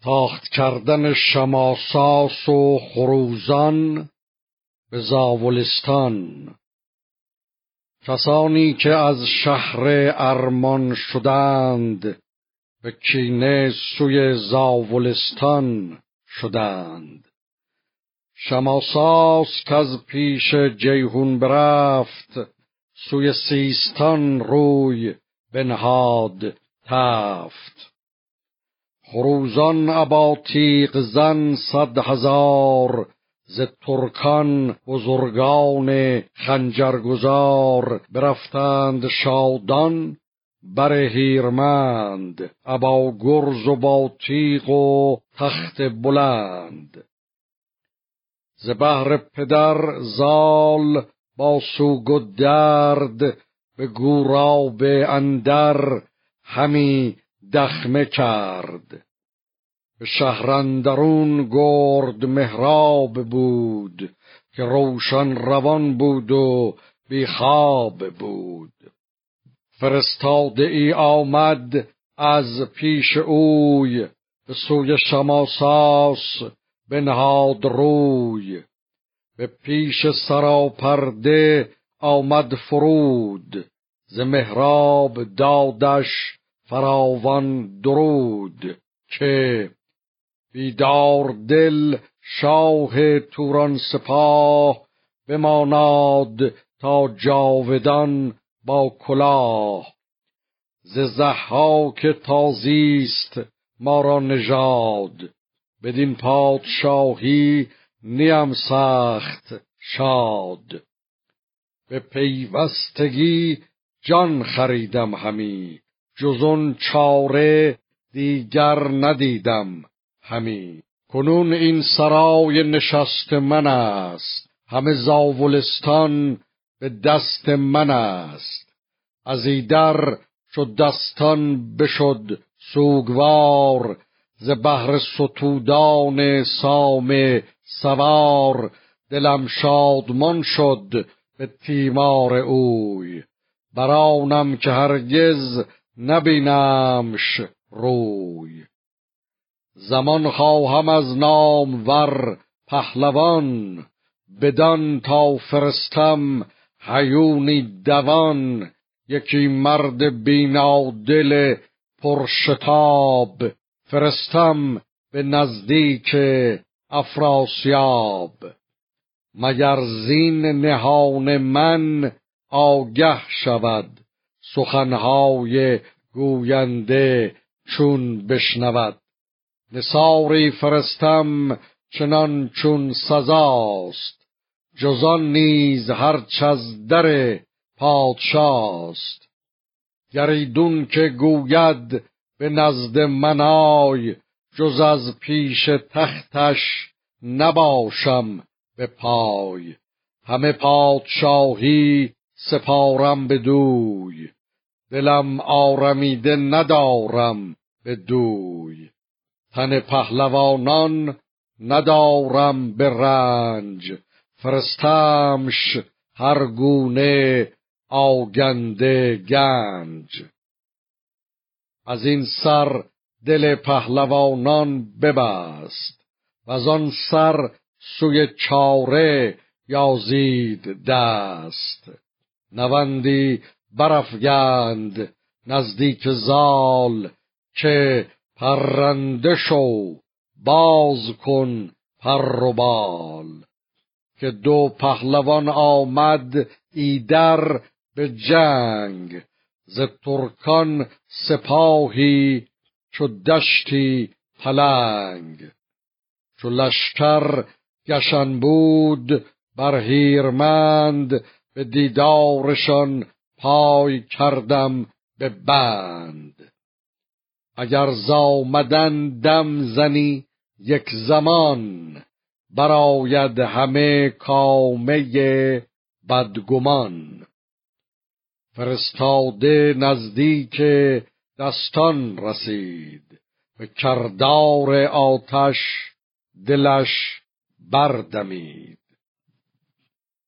تاخت کردن شماساس و خروزان به زاولستان. کسانی که از شهر ارمان شدند به کینه سوی زاولستان شدند. شماساس که از پیش جیهون برفت، سوی سیستان روی بنهاد تفت. خروزان ابا تیغ زن 100,000، ز ترکان بزرگان خنجرگزار. برفتند شادان بر هیرمند، ابا گرز و با تیغ و تخت بلند. ز بهر پدر زال با سوگ و درد، به گوراب اندر همی دخمه کرد. به شهر اندرون گرد مهراب بود، که روشن روان بود و بی خواب بود. فرستاده ای آمد از پیش اوی، به سوی شماساس بنهاد روی. به پیش سراپرده آمد فرود، ز مهراب دادش فراوان درود. که بیدار دل شاه توران سپاه، بماناد تا جاودان با کلاه. ز ضحاک تازیست ما را نژاد، بدین پادشاهی نیم سخت شاد. به پیوستگی جان خریدم همی، جزون چاره دیگر ندیدم همی. کنون این سرای نشست من است، همه زاولستان به دست من است. از ایدر چو دستان بشد سوگوار، ز بهر ستودان سام سوار. دلم شادمان شد به تیمار اوی، برانم که هرگز نبینمش روی. زمان خواهم از نامور پهلوان، بدان تا فرستم هیونی دوان. یکی مرد بینادل پرشتاب، فرستم به نزدیک افراسیاب. مگر زین نهان من آگه شود، سخنهای گوینده چون بشنود. نثاری فرستم چنان چون سزاست، جزان نیز هرچ از در پادشاست. گریدون که گوید به نزد من آی، جز از پیش تختش نباشم به پای. همه پادشاهی سپارم بدوی، دلم آرمیده ندارم به دوی. تن پهلوانان ندارم به رنج، فرستمش هر گونه آگنده گنج. از این سر دل پهلوانان ببست، وز آن سر سوی چاره یازید دست. نوندی برافگند نزدیک زال، که پرنده شو باز کن پر و بال. که دو پهلوان آمد ایدر به جنگ، ز ترکان سپاهی چو دشتی پلنگ. چو لشکر گشن بود بر هیرمند، به دیدارشان پای کردم به بند. اگر زآمدن دم زنی یک زمان، برآید همه کامه بدگمان. فرستاده نزدیک دستان رسید، به کردار آتش دلش بردمید.